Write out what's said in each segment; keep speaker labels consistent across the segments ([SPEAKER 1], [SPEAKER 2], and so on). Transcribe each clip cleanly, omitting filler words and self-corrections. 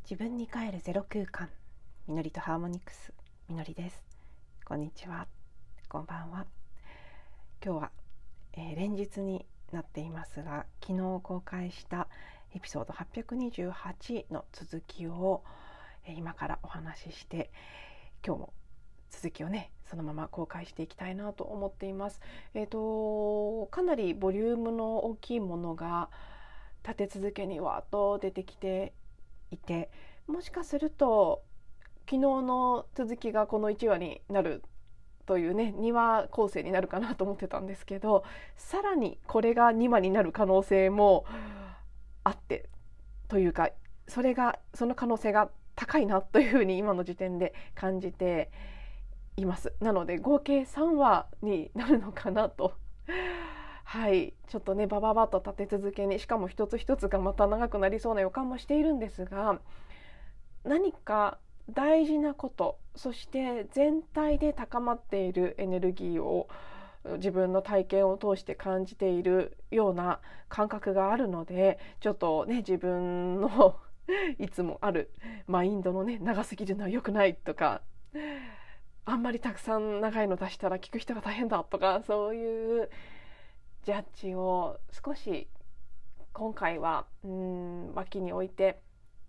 [SPEAKER 1] 自分に帰るゼロ空間、みのりとハーモニクス、みのりです。こんにちは、こんばんは。今日は、連日になっていますが、昨日公開したエピソード828の続きを、今からお話しして、今日も続きをねそのまま公開していきたいなと思っています。かなりボリュームの大きいものが立て続けにわーっと出てきていて、もしかすると昨日の続きがこの1話になるというね2話構成になるかなと思ってたんですけど、さらにこれが2話になる可能性もあってというか、その可能性が高いなというふうに今の時点で感じています。なので合計3話になるのかなとはい、ちょっとねバババッと立て続けに、しかも一つ一つがまた長くなりそうな予感もしているんですが、何か大事なこと、そして全体で高まっているエネルギーを自分の体験を通して感じているような感覚があるので、ちょっとね自分のいつもあるマインドのね長すぎるのは良くないとか、あんまりたくさん長いの出したら聞く人が大変だとか、そういうジャッジを少し今回は脇に置いて、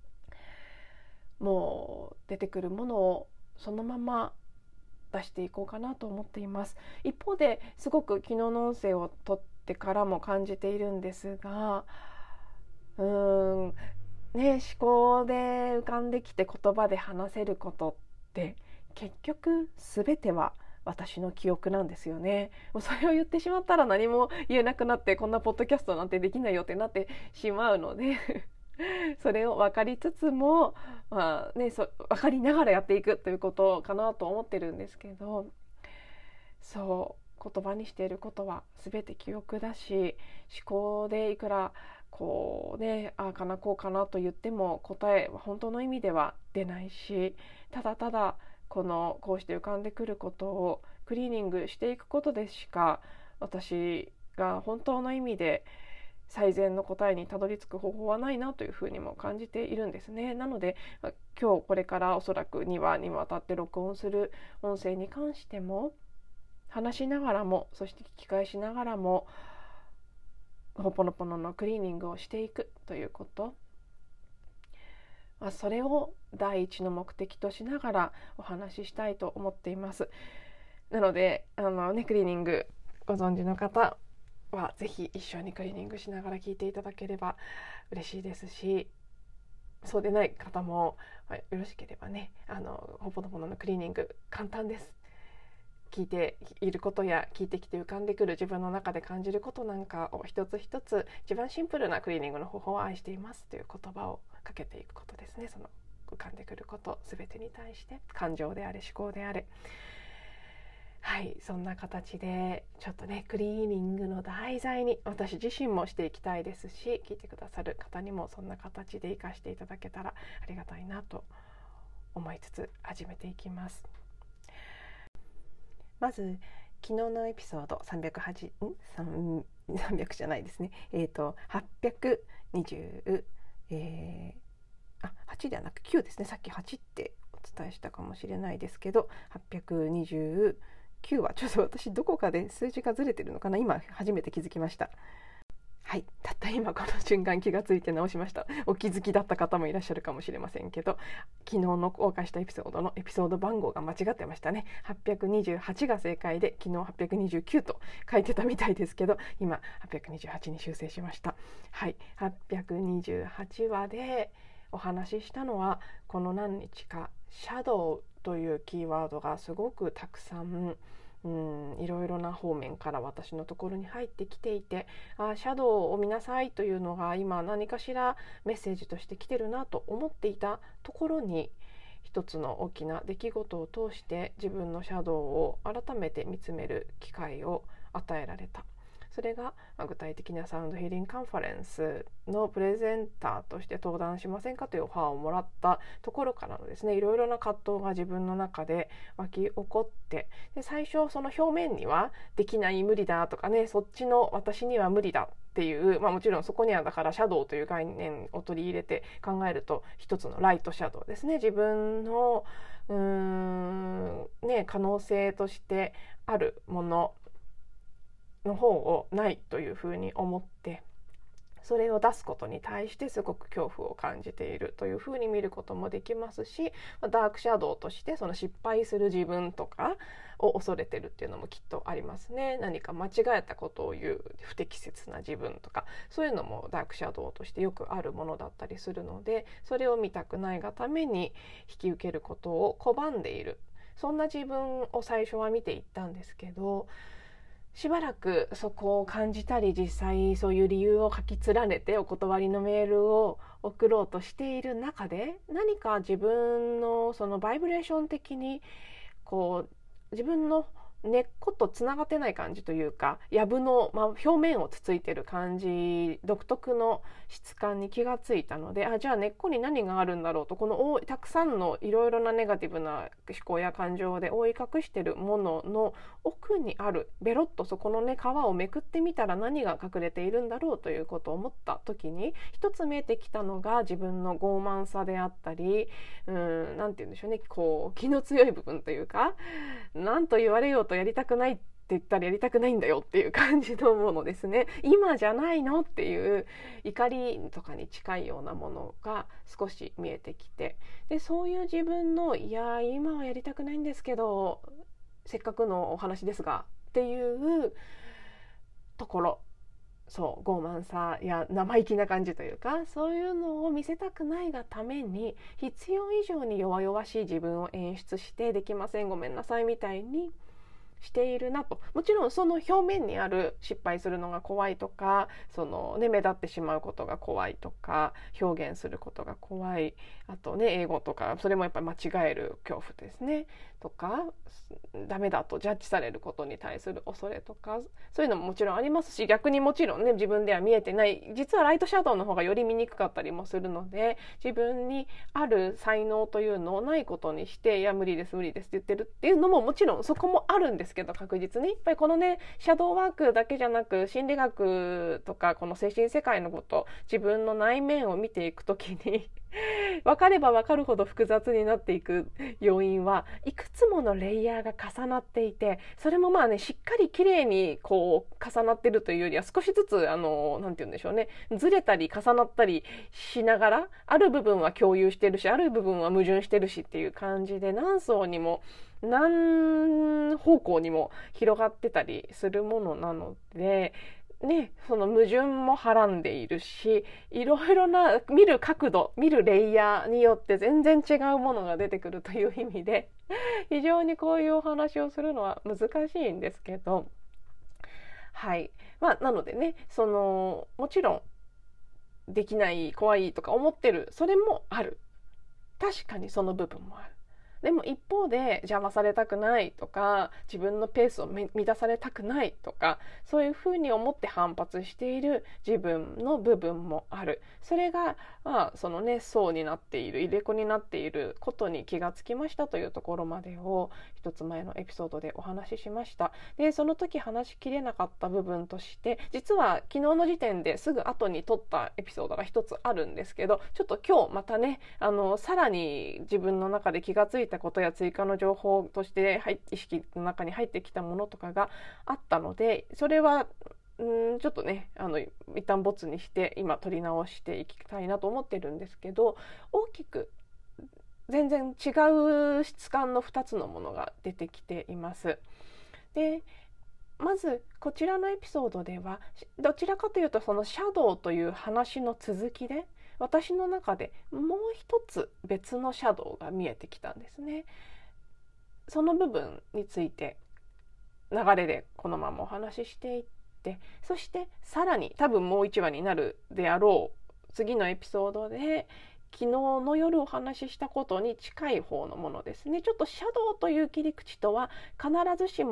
[SPEAKER 1] もう出てくるものをそのまま出していこうかなと思っています。一方ですごく昨日の音声を撮ってからも感じているんですが、思考で浮かんできて言葉で話せることって結局全ては私の記憶なんですよね。もうそれを言ってしまったら何も言えなくなって、こんなポッドキャストなんてできないよってなってしまうのでそれを分かりつつも、分かりながらやっていくということかなと思ってるんですけど、そう言葉にしていることは全て記憶だし、思考でいくらこうねああかなこうかなと言っても答えは本当の意味では出ないし、ただただこうして浮かんでくることをクリーニングしていくことでしか、私が本当の意味で最善の答えにたどり着く方法はないなというふうにも感じているんですね。なので今日これからおそらく2話にわたって録音する音声に関しても、話しながらもそして聞き返しながらもほぽのぽののクリーニングをしていくということ、それを第一の目的としながらお話ししたいと思っています。なのでクリーニングご存知の方はぜひ一緒にクリーニングしながら聞いていただければ嬉しいですし、そうでない方もよろしければね、ほぽのぽののクリーニング簡単です。聞いていることや聞いてきて浮かんでくる自分の中で感じることなんかを一つ一つ、一番シンプルなクリーニングの方法を愛していますという言葉をかけていくことですね。その浮かんでくること全てに対して、感情であれ思考であれ、そんな形でちょっとねクリーニングの題材に私自身もしていきたいですし、聞いてくださる方にもそんな形で生かしていただけたらありがたいなと思いつつ始めていきます。まず昨日のエピソード300じゃないですね、820、8ではなく9ですね。さっき8ってお伝えしたかもしれないですけど、829はちょっと私どこかで数字がずれてるのかな、今初めて気づきました。たった今この瞬間気がついて直しました。お気づきだった方もいらっしゃるかもしれませんけど、昨日の公開したエピソードのエピソード番号が間違ってましたね。828が正解で、昨日829と書いてたみたいですけど、今828に修正しました。828話でお話ししたのは、この何日かシャドウというキーワードがすごくたくさんいろいろな方面から私のところに入ってきていて、シャドウを見なさいというのが今何かしらメッセージとして来てるなと思っていたところに、一つの大きな出来事を通して自分のシャドウを改めて見つめる機会を与えられた。 それが具体的なサウンドヒーリングカンファレンスのプレゼンターとして登壇しませんかというオファーをもらったところからのですね、いろいろな葛藤が自分の中で湧き起こって、で最初その表面にはできない、無理だとかね、そっちの私には無理だっていう、もちろんそこにはだからシャドウという概念を取り入れて考えると一つのライトシャドウですね。自分の可能性としてあるものの方をないというふうに思って、それを出すことに対してすごく恐怖を感じているというふうに見ることもできますし、ダークシャドウとしてその失敗する自分とかを恐れてるっていうのもきっとありますね。何か間違えたことを言う不適切な自分とか、そういうのもダークシャドウとしてよくあるものだったりするので、それを見たくないがために引き受けることを拒んでいる、そんな自分を最初は見ていったんですけど、しばらくそこを感じたり、実際そういう理由を書き連ねてお断りのメールを送ろうとしている中で、何か自分のそのバイブレーション的に自分の根っことつながってない感じというか、藪の、表面をつついてる感じ、独特の質感に気がついたので、じゃあ根っこに何があるんだろうと、このたくさんのいろいろなネガティブな思考や感情で覆い隠してるものの奥にある、ベロッとそこのね皮をめくってみたら何が隠れているんだろうということを思った時に、一つ見えてきたのが自分の傲慢さであったり、なんて言うんでしょうね、気の強い部分というか、何と言われようとやりたくないって言ったらやりたくないんだよっていう感じのものですね。今じゃないのっていう怒りとかに近いようなものが少し見えてきて、でそういう自分の今はやりたくないんですけど、せっかくのお話ですがっていうところ、傲慢さや生意気な感じというか、そういうのを見せたくないがために必要以上に弱々しい自分を演出して、できません、ごめんなさいみたいにしているなと。もちろんその表面にある失敗するのが怖いとか、目立ってしまうことが怖いとか、表現することが怖い、あとね英語とか、それもやっぱり間違える恐怖ですねとか、ダメだとジャッジされることに対する恐れとか、そういうのももちろんありますし、逆にもちろんね自分では見えてない、実はライトシャドウの方がより見にくかったりもするので、自分にある才能というのをないことにして、いや無理です無理ですって言ってるっていうのももちろんそこもあるんですけど、確実にやっぱりこのねシャドーワークだけじゃなく、心理学とかこの精神世界のこと、自分の内面を見ていくときに分かれば分かるほど複雑になっていく要因はいくつものレイヤーが重なっていて、それもしっかり綺麗に重なってるというよりは、少しずつなんて言うんでしょうね、ずれたり重なったりしながら、ある部分は共有してるし、ある部分は矛盾してるしっていう感じで、何層にも何方向にも広がってたりするものなのでね、その矛盾もはらんでいるし、いろいろな見る角度、見るレイヤーによって全然違うものが出てくるという意味で、非常にこういうお話をするのは難しいんですけど、はい、なのでね、もちろんできない、怖いとか思ってる、それもある。確かにその部分もある。でも一方で邪魔されたくないとか、自分のペースを乱されたくないとか、そういうふうに思って反発している自分の部分もある。それが層になっている、入れ子になっていることに気がつきましたというところまでを一つ前のエピソードでお話ししました。でその時話しきれなかった部分として、実は昨日の時点ですぐ後に撮ったエピソードが一つあるんですけど、ちょっと今日またねさらに自分の中で気がついたことや追加の情報として意識の中に入ってきたものとかがあったので、それはちょっとね一旦ボツにして今撮り直していきたいなと思ってるんですけど、大きく全然違う質感の2つのものが出てきています。でまずこちらのエピソードではどちらかというとそのシャドウという話の続きで、私の中でもう一つ別のシャドウが見えてきたんですね。その部分について流れでこのままお話ししていって、そしてさらに多分もう1話になるであろう次のエピソードで昨日の夜お話ししたことに近い方のものですね。ちょっとシャドウという切り口とは必ずしも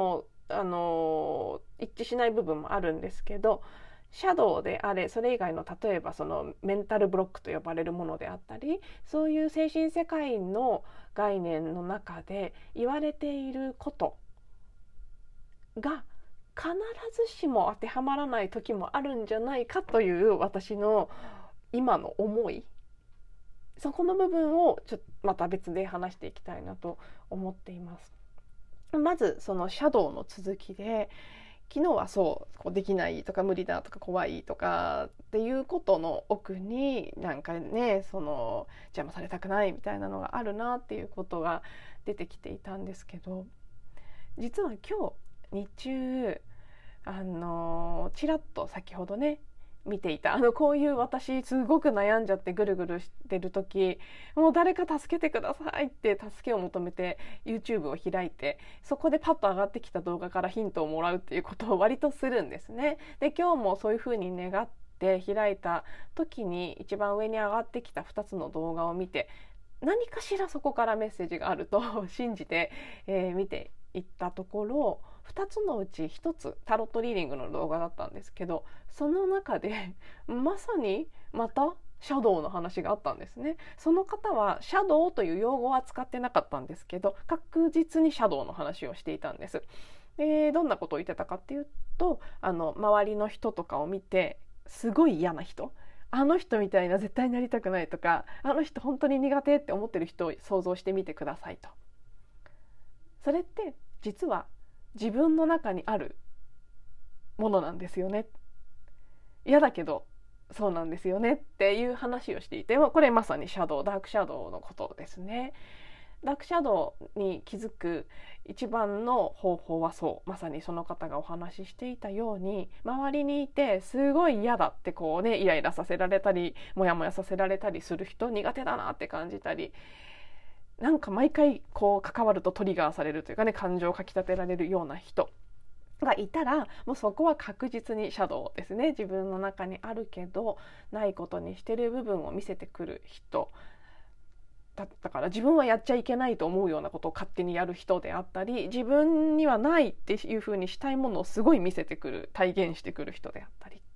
[SPEAKER 1] 一致しない部分もあるんですけど、シャドウであれそれ以外の例えばそのメンタルブロックと呼ばれるものであったり、そういう精神世界の概念の中で言われていることが必ずしも当てはまらない時もあるんじゃないかという私の今の思い、そこの部分をちょっとまた別で話していきたいなと思っています。まずそのシャドウの続きで、昨日はこうできないとか無理だとか怖いとかっていうことの奥になんかね、その邪魔されたくないみたいなのがあるなっていうことが出てきていたんですけど、実は今日日中ちらっと先ほどね見ていたこういう私すごく悩んじゃってぐるぐるしてる時、もう誰か助けてくださいって助けを求めて YouTube を開いて、そこでパッと上がってきた動画からヒントをもらうっていうことを割とするんですね。で、今日もそういう風に願って開いた時に一番上に上がってきた2つの動画を見て、何かしらそこからメッセージがあると信じて、見ていったところ、2つのうち1つタロットリーディングの動画だったんですけど、その中でまさにまたシャドウの話があったんですね。その方はシャドウという用語は使ってなかったんですけど、確実にシャドウの話をしていたんです。で、どんなことを言ってたかっていうと、周りの人とかを見てすごい嫌な人、あの人みたいな絶対になりたくないとか、あの人本当に苦手って思ってる人を想像してみてくださいと。それって実は自分の中にあるものなんですよね。嫌だけどそうなんですよねっていう話をしていて、これまさにダークシャドウのことですね。ダークシャドウに気づく一番の方法はまさにその方がお話ししていたように、周りにいてすごい嫌だってこうね、イライラさせられたりモヤモヤさせられたりする人、苦手だなって感じたり、なんか毎回こう関わるとトリガーされるというかね、感情をかきたてられるような人がいたら、もうそこは確実にシャドウですね。自分の中にあるけどないことにしてる部分を見せてくる人だったから、自分はやっちゃいけないと思うようなことを勝手にやる人であったり、自分にはないっていうふうにしたいものをすごい見せてくる、体現してくる人であったり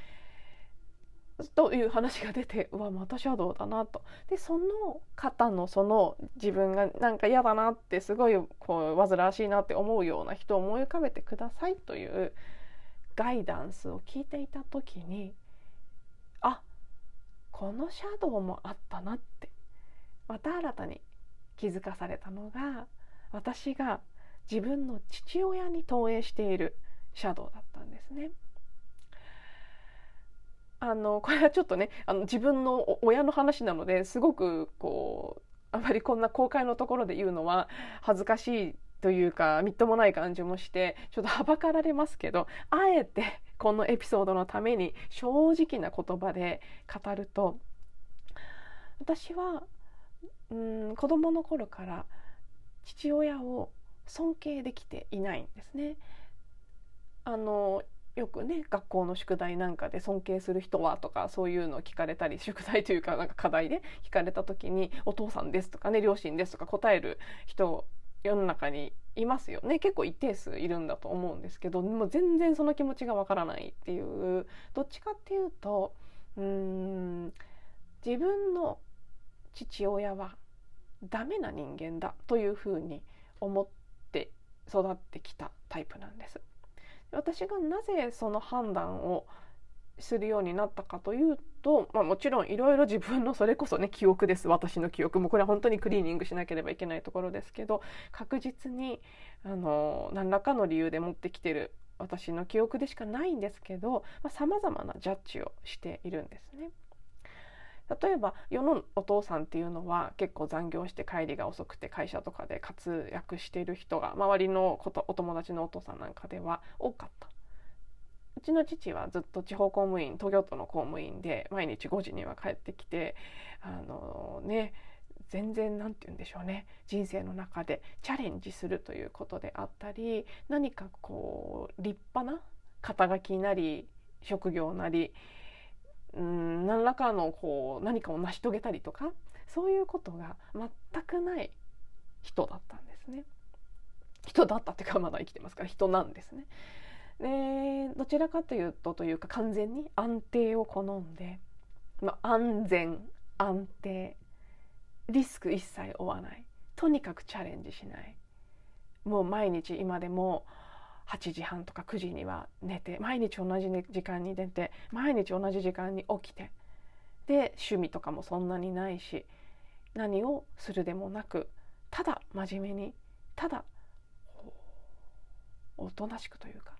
[SPEAKER 1] という話が出て、うわまたシャドウだなと。で、その方のその自分がなんか嫌だなって、すごいこう煩わしいなって思うような人を思い浮かべてくださいというガイダンスを聞いていた時に、あ、このシャドウもあったなって、また新たに気づかされたのが、私が自分の父親に投影しているシャドウだったんですね。これはちょっとね、自分の親の話なので、すごくこうあまりこんな公開のところで言うのは恥ずかしいというか、みっともない感じもしてちょっとはばかられますけど、あえてこのエピソードのために正直な言葉で語ると、私は子供の頃から父親を尊敬できていないんですね。よくね、学校の宿題なんかで尊敬する人はとかそういうのを聞かれたり、宿題というかなんか課題で聞かれた時にお父さんですとかね、両親ですとか答える人世の中にいますよね。結構一定数いるんだと思うんですけど、もう全然その気持ちがわからないっていう、どっちかっていうと自分の父親はダメな人間だというふうに思って育ってきたタイプなんです。私がなぜその判断をするようになったかというと、もちろんいろいろ自分のそれこそね、記憶です。私の記憶もこれは本当にクリーニングしなければいけないところですけど、確実に何らかの理由で持ってきてる私の記憶でしかないんですけど、様々なジャッジをしているんですね。例えば世のお父さんっていうのは結構残業して帰りが遅くて会社とかで活躍している人が周りのお友達のお父さんなんかでは多かった。うちの父はずっと地方公務員、東京都の公務員で毎日5時には帰ってきて、全然なんて言うんでしょうね、人生の中でチャレンジするということであったり、何かこう立派な肩書きなり職業なり何らかのこう何かを成し遂げたりとか、そういうことが全くない人だったんですね。 人だったっていうかまだ生きてますから人なんですね。でどちらかというと完全に安定を好んで、安全安定リスク一切負わない、とにかくチャレンジしない、もう毎日今でも8時半とか9時には寝て、毎日同じ時間に寝て、毎日同じ時間に起きて、で趣味とかもそんなにないし、何をするでもなく、ただ真面目に、ただおとなしくというか、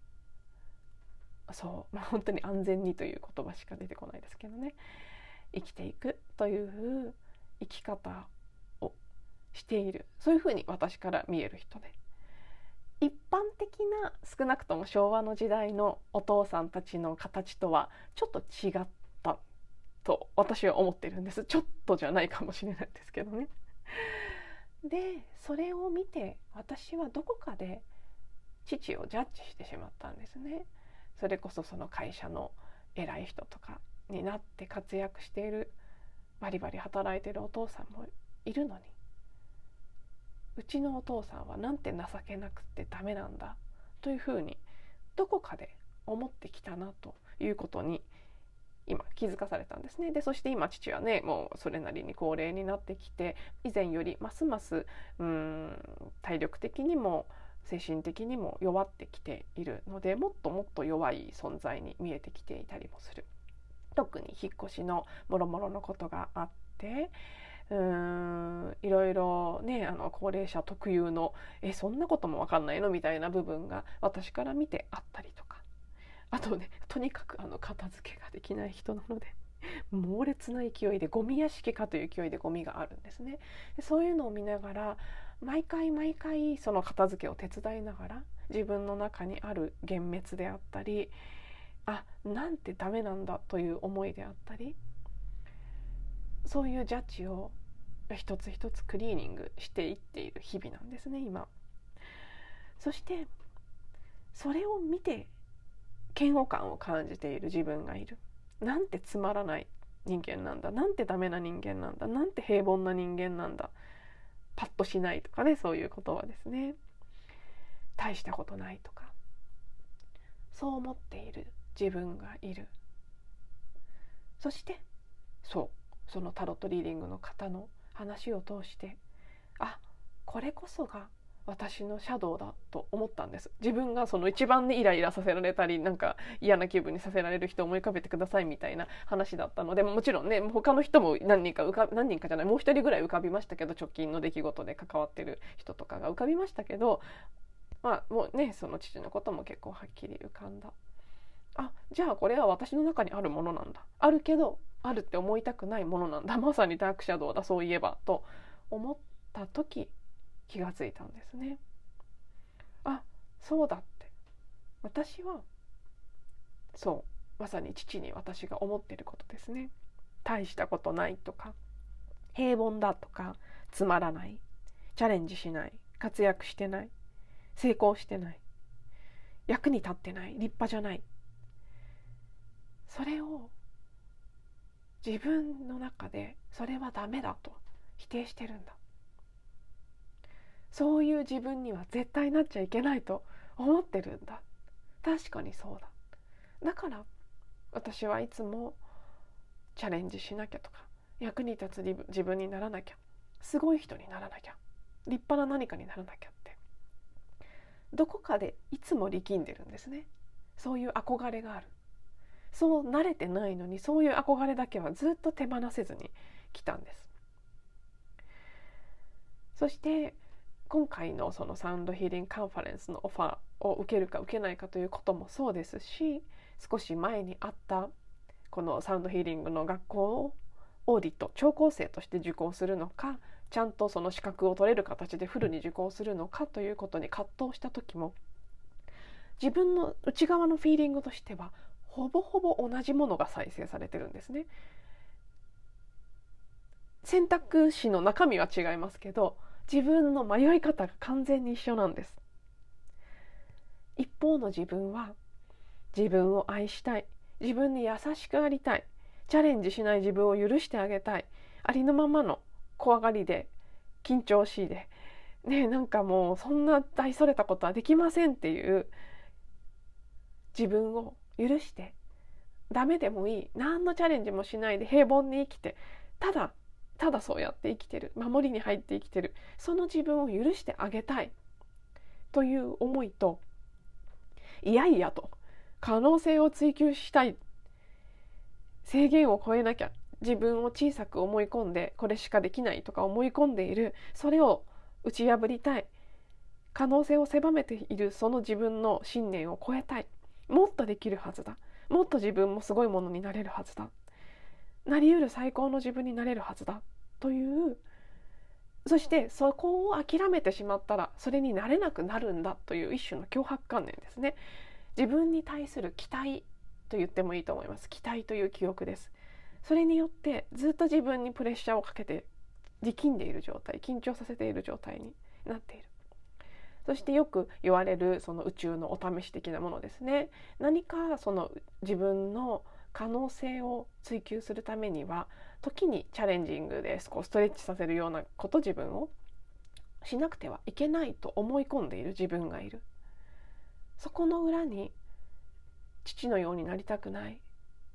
[SPEAKER 1] 本当に安全にという言葉しか出てこないですけどね、生きていくという生き方をしている、そういうふうに私から見える人で、一般的な少なくとも昭和の時代のお父さんたちの形とはちょっと違ったと私は思ってるんです。ちょっとじゃないかもしれないですけどね。でそれを見て私はどこかで父をジャッジしてしまったんですね。それこそその会社の偉い人とかになって活躍している、バリバリ働いているお父さんもいるのに、うちのお父さんはなんて情けなくてダメなんだというふうにどこかで思ってきたなということに今気づかされたんですね。でそして今父はねもうそれなりに高齢になってきて、以前よりますます体力的にも精神的にも弱ってきているので、もっともっと弱い存在に見えてきていたりもする。特に引っ越しのもろもろのことがあって、いろいろね高齢者特有のそんなことも分かんないのみたいな部分が私から見てあったりとか、あとねとにかく片付けができない人なので猛烈な勢いでゴミ屋敷かという勢いでゴミがあるんですね。でそういうのを見ながら毎回その片付けを手伝いながら、自分の中にある幻滅であったり、なんてダメなんだという思いであったり、そういうジャッジを一つ一つクリーニングしていっている日々なんですね今。そしてそれを見て嫌悪感を感じている自分がいる。なんてつまらない人間なんだ、なんてダメな人間なんだ、なんて平凡な人間なんだ、パッとしないとかね、そういう言葉ですね。大したことないとか、そう思っている自分がいる。そしてそのタロットリーディングの方の話を通して、これこそが私のシャドウだと思ったんです。自分がその一番ねイライラさせられたり、なんか嫌な気分にさせられる人を思い浮かべてくださいみたいな話だったので、もちろんね他の人も何人かじゃない、もう一人ぐらい浮かびましたけど、直近の出来事で関わってる人とかが浮かびましたけど、もうねその父のことも結構はっきり浮かんだ。じゃあこれは私の中にあるものなんだ、あるけどあるって思いたくないものなんだ、まさにダークシャドウだそういえばと思った時気がついたんですね。そうだって、私はまさに父に私が思っていることですね。大したことないとか、平凡だとか、つまらない、チャレンジしない、活躍してない、成功してない、役に立ってない、立派じゃない、それを自分の中でそれはダメだと否定してるんだ。そういう自分には絶対なっちゃいけないと思ってるんだ。確かにそうだ。だから私はいつもチャレンジしなきゃとか、役に立つ自分にならなきゃ、すごい人にならなきゃ、立派な何かにならなきゃってどこかでいつも力んでるんですね。そういう憧れがある。そう慣れてないのに、そういう憧れだけはずっと手放せずに来たんです。そして今回のそのサウンドヒーリングカンファレンスのオファーを受けるか受けないかということもそうですし、少し前にあったこのサウンドヒーリングの学校をオーディット聴講生として受講するのか、ちゃんとその資格を取れる形でフルに受講するのかということに葛藤した時も、自分の内側のフィーリングとしてはほぼほぼ同じものが再生されてるんですね。選択肢の中身は違いますけど、自分の迷い方が完全に一緒なんです。一方の自分は自分を愛したい、自分に優しくありたい、チャレンジしない自分を許してあげたい、ありのままの怖がりで緊張しいでなんかもうそんな大それたことはできませんっていう自分を許して、ダメでもいい、何のチャレンジもしないで平凡に生きて、ただただそうやって生きてる、守りに入って生きてる、その自分を許してあげたいという思いと、いやいやと可能性を追求したい、制限を超えなきゃ、自分を小さく思い込んでこれしかできないとか思い込んでいる、それを打ち破りたい、可能性を狭めているその自分の信念を超えたい、もっとできるはずだ、もっと自分もすごいものになれるはずだ、なりうる最高の自分になれるはずだという、そしてそこを諦めてしまったらそれになれなくなるんだという一種の強迫観念ですね。自分に対する期待と言ってもいいと思います。期待という記憶です。それによってずっと自分にプレッシャーをかけて力んでいる状態、緊張させている状態になっている。そしてよく言われるその宇宙のお試し的なものですね。何かその自分の可能性を追求するためには、時にチャレンジングでストレッチさせるようなこと、自分をしなくてはいけないと思い込んでいる自分がいる。そこの裏に、父のようになりたくない、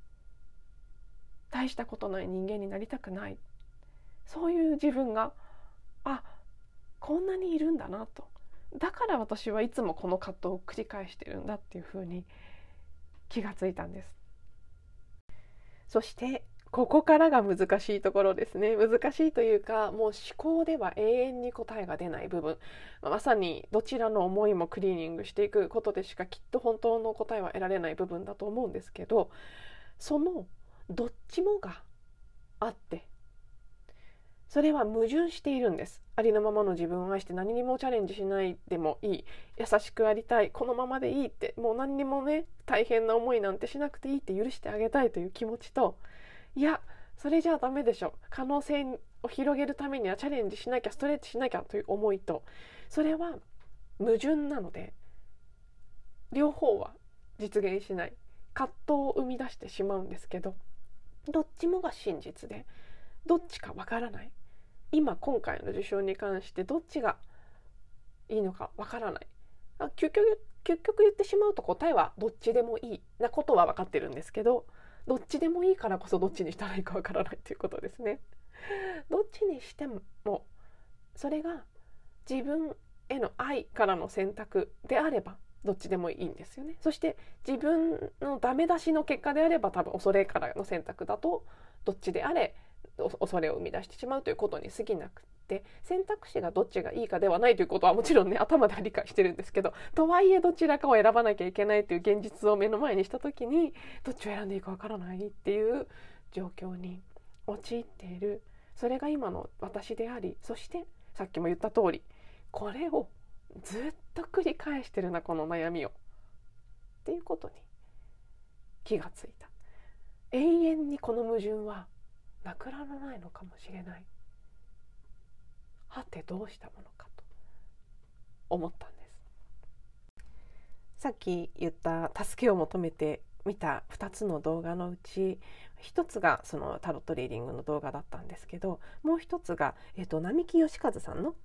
[SPEAKER 1] 大したことない人間になりたくない、そういう自分がこんなにいるんだなと。だから私はいつもこの葛藤を繰り返してるんだっていうふうに気がついたんです。そしてここからが難しいところですね。難しいというか、もう思考では永遠に答えが出ない部分、まさにどちらの思いもクリーニングしていくことでしかきっと本当の答えは得られない部分だと思うんですけど、そのどっちもがあって、それは矛盾しているんです。ありのままの自分を愛して、何にもチャレンジしないでもいい、優しくありたい、このままでいいって、もう何にもね、大変な思いなんてしなくていいって許してあげたいという気持ちと、いやそれじゃあダメでしょ、可能性を広げるためにはチャレンジしなきゃ、ストレッチしなきゃという思いと、それは矛盾なので、両方は実現しない、葛藤を生み出してしまうんですけど、どっちもが真実で、どっちかわからない。今回の受賞に関してどっちがいいのかわからない。究極言ってしまうと、答えはどっちでもいいなことは分かってるんですけど、どっちでもいいからこそどっちにしたらいいかわからないということですね。どっちにしてもそれが自分への愛からの選択であればどっちでもいいんですよね。そして自分のダメ出しの結果であれば、多分恐れからの選択だとどっちであれ恐れを生み出してしまうということに過ぎなくって、選択肢がどっちがいいかではないということはもちろんね、頭では理解してるんですけど、とはいえどちらかを選ばなきゃいけないという現実を目の前にした時に、どっちを選んでいいかわからないっていう状況に陥っている。それが今の私であり、そしてさっきも言った通り、これをずっと繰り返してるな、この悩みをっていうことに気がついた。永遠にこの矛盾はなくならないのかもしれない。はてどうしたものかと思ったんです。さっき言った助けを求めて見た2つの動画のうち、1つがそのタロットリーディングの動画だったんですけど、もう1つが、並木義和さんの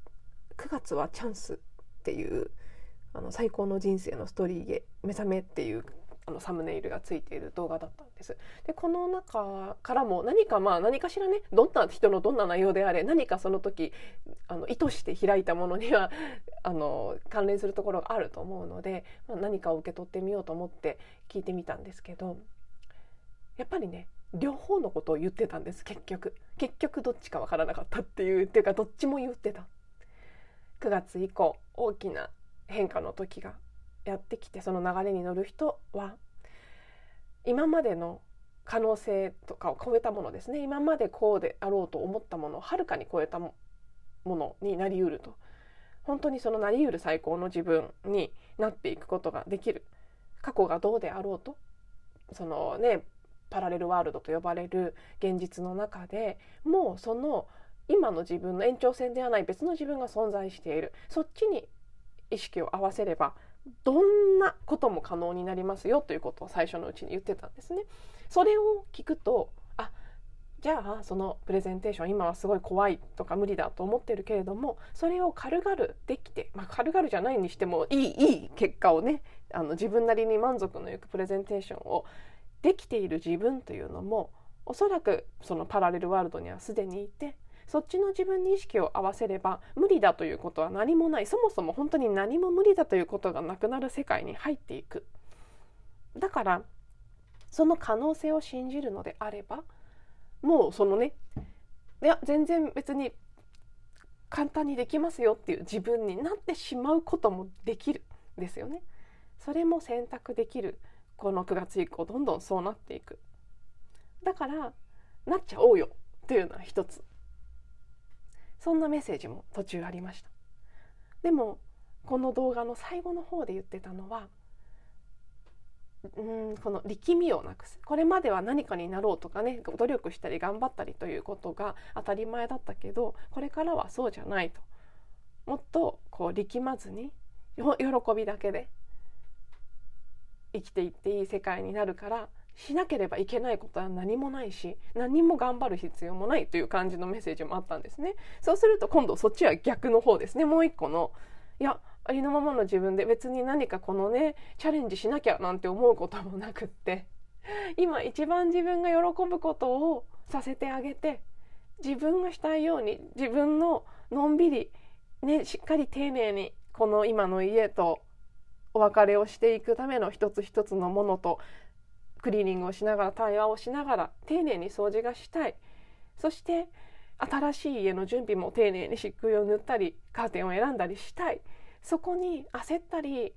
[SPEAKER 1] 9月はチャンスっていう最高の人生のストーリーへ目覚めっていうサムネイルがついている動画だったんです。でこの中からも何かしらね、どんな人のどんな内容であれ、何かその時意図して開いたものには関連するところがあると思うので、何かを受け取ってみようと思って聞いてみたんですけど、やっぱりね、両方のことを言ってたんです。結局どっちかわからなかったっていうか、どっちも言ってた。9月以降大きな変化の時がやってきて、その流れに乗る人は今までの可能性とかを超えたものですね、今までこうであろうと思ったものをはるかに超えたものになりうると、本当にそのなりうる最高の自分になっていくことができる。過去がどうであろうと、そのね、パラレルワールドと呼ばれる現実の中でもうその今の自分の延長線ではない別の自分が存在している。そっちに意識を合わせればどんなことも可能になりますよということを最初のうちに言ってたんですね。それを聞くと、 じゃあそのプレゼンテーション今はすごい怖いとか無理だと思ってるけれども、それを軽々できて、軽々じゃないにしてもいい結果をね、自分なりに満足のいくプレゼンテーションをできている自分というのも、おそらくそのパラレルワールドにはすでにいて、そっちの自分に意識を合わせれば無理だということは何もない、そもそも本当に何も無理だということがなくなる世界に入っていく。だからその可能性を信じるのであれば、もうそのね、いや全然別に簡単にできますよっていう自分になってしまうこともできるんですよね。それも選択できる。この9月以降どんどんそうなっていく。だからなっちゃおうよっていうのは一つ、そんなメッセージも途中ありました。でもこの動画の最後の方で言ってたのは、この力みをなくす。これまでは何かになろうとかね、努力したり頑張ったりということが当たり前だったけど、これからはそうじゃないと。もっとこう力まずに喜びだけで生きていっていい世界になるから、しなければいけないことは何もないし、何も頑張る必要もないという感じのメッセージもあったんですね。そうすると今度そっちは逆の方ですね。もう一個の、いやありのままの自分で別に何かこのねチャレンジしなきゃなんて思うこともなくって、今一番自分が喜ぶことをさせてあげて、自分がしたいように自分ののんびりね、しっかり丁寧にこの今の家とお別れをしていくための一つ一つのものとクリーニングをしながら、対話をしながら丁寧に掃除がしたい。そして新しい家の準備も丁寧に漆喰を塗ったりカーテンを選んだりしたい。そこに焦ったり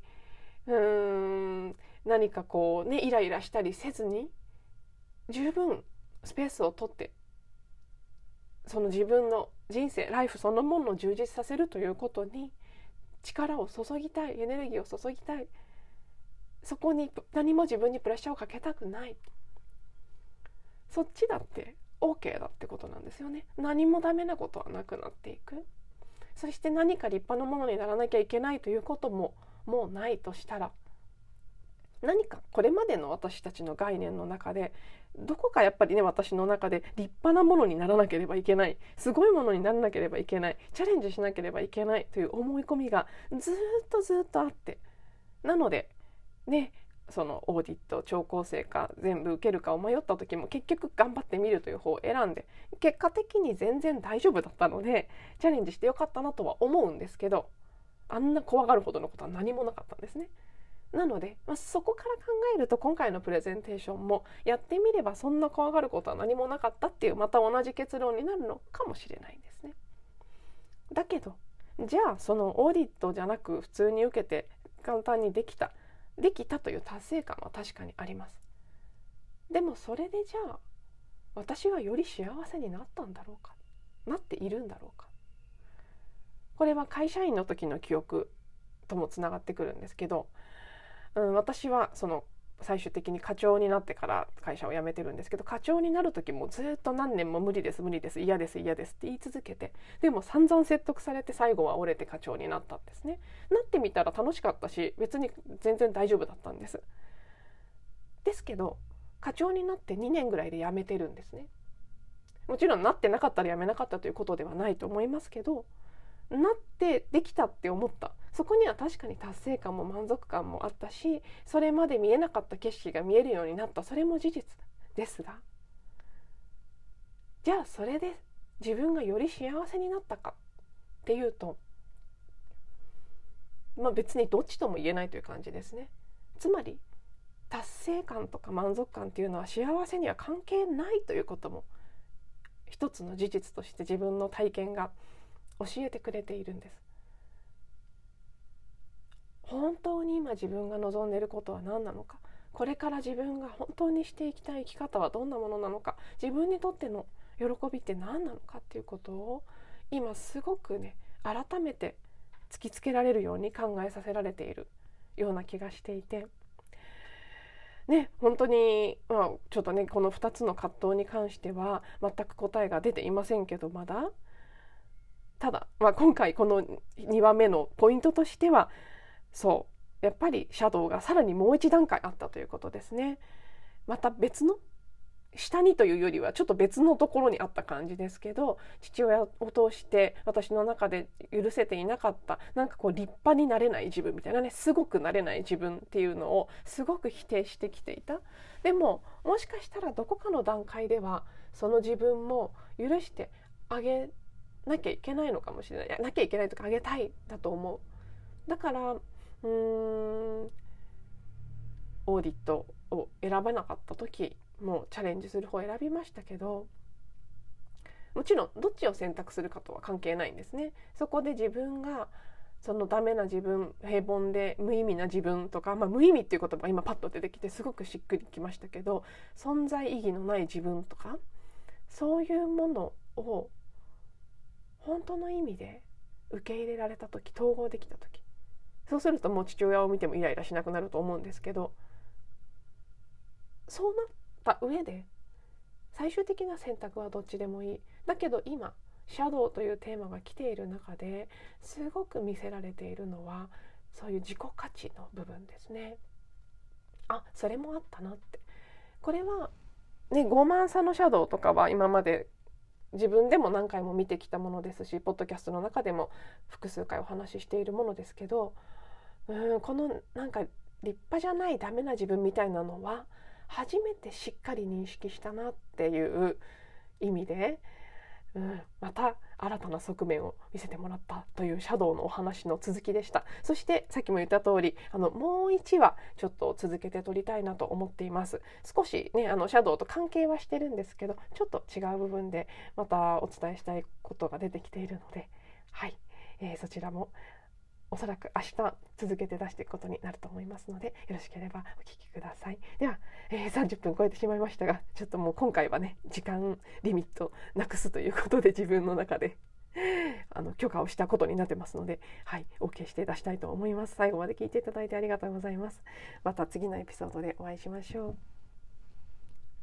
[SPEAKER 1] 何かこうねイライラしたりせずに、十分スペースを取ってその自分の人生ライフそのものを充実させるということに力を注ぎたい、エネルギーを注ぎたい。そこに何も自分にプレッシャーをかけたくない。そっちだって OK だってことなんですよね。何もダメなことはなくなっていく。そして何か立派なものにならなきゃいけないということももうないとしたら、何かこれまでの私たちの概念の中でどこかやっぱりね、私の中で立派なものにならなければいけない、すごいものにならなければいけない、チャレンジしなければいけないという思い込みがずっとあって、なのでね、そのオーディット聴講生か全部受けるかを迷った時も結局頑張ってみるという方を選んで、結果的に全然大丈夫だったのでチャレンジしてよかったなとは思うんですけど、あんな怖がるほどのことは何もなかったんですね。なので、そこから考えると今回のプレゼンテーションもやってみればそんな怖がることは何もなかったっていう、また同じ結論になるのかもしれないんですね。だけどじゃあそのオーディットじゃなく普通に受けて簡単にできたという達成感は確かにあります。でもそれでじゃあ私はより幸せになったんだろうか、なっているんだろうか。これは会社員の時の記憶ともつながってくるんですけど、私はその最終的に課長になってから会社を辞めてるんですけど、課長になる時もずっと何年も無理です嫌ですって言い続けて、でも散々説得されて最後は折れて課長になったんですね。なってみたら楽しかったし別に全然大丈夫だったんです。ですけど課長になって2年ぐらいで辞めてるんですね。もちろんなってなかったら辞めなかったということではないと思いますけど、なってできたって思った、そこには確かに達成感も満足感もあったし、それまで見えなかった景色が見えるようになった、それも事実ですが、じゃあそれで自分がより幸せになったかっていうと、別にどっちとも言えないという感じですね。つまり達成感とか満足感っていうのは幸せには関係ないということも一つの事実として自分の体験が教えてくれているんです。本当に今自分が望んでいることは何なのか、これから自分が本当にしていきたい生き方はどんなものなのか、自分にとっての喜びって何なのかっていうことを今すごくね、改めて突きつけられるように考えさせられているような気がしていてね、本当に、ちょっとねこの2つの葛藤に関しては全く答えが出ていませんけど、ただ、今回この2番目のポイントとしては、そうやっぱりシャドウがさらにもう一段階あったということですね。また別の下にというよりはちょっと別のところにあった感じですけど、父親を通して私の中で許せていなかった、なんかこう立派になれない自分みたいなね、すごくなれない自分っていうのをすごく否定してきていた。でももしかしたらどこかの段階ではその自分も許してあげなきゃいけないのかもしれない。なきゃいけないとかあげたいだと思う。だからオーディットを選ばなかった時もうチャレンジする方を選びましたけど、もちろんどっちを選択するかとは関係ないんですね。そこで自分がそのダメな自分、平凡で無意味な自分とか、無意味っていう言葉が今パッと出てきてすごくしっくりきましたけど、存在意義のない自分とかそういうものを本当の意味で受け入れられた時、統合できた時、そうするともう父親を見てもイライラしなくなると思うんですけど、そうなった上で最終的な選択はどっちでもいい。だけど今シャドウというテーマが来ている中ですごく見せられているのはそういう自己価値の部分ですね。あ、それもあったなって。これはね、傲慢さのシャドウとかは今まで自分でも何回も見てきたものですし、ポッドキャストの中でも複数回お話ししているものですけど、このなんか立派じゃないダメな自分みたいなのは初めてしっかり認識したなっていう意味で、また新たな側面を見せてもらったというシャドウのお話の続きでした。そしてさっきも言った通りもう1話ちょっと続けて撮りたいなと思っています。少しねシャドウと関係はしてるんですけど、ちょっと違う部分でまたお伝えしたいことが出てきているので、はい、そちらもおそらく明日続けて出していくことになると思いますので、よろしければお聞きください。では、30分超えてしまいましたが、ちょっともう今回はね時間リミットなくすということで自分の中で許可をしたことになってますので、はい、OK して出したいと思います。最後まで聞いていただいてありがとうございます。また次のエピソードでお会いしましょう。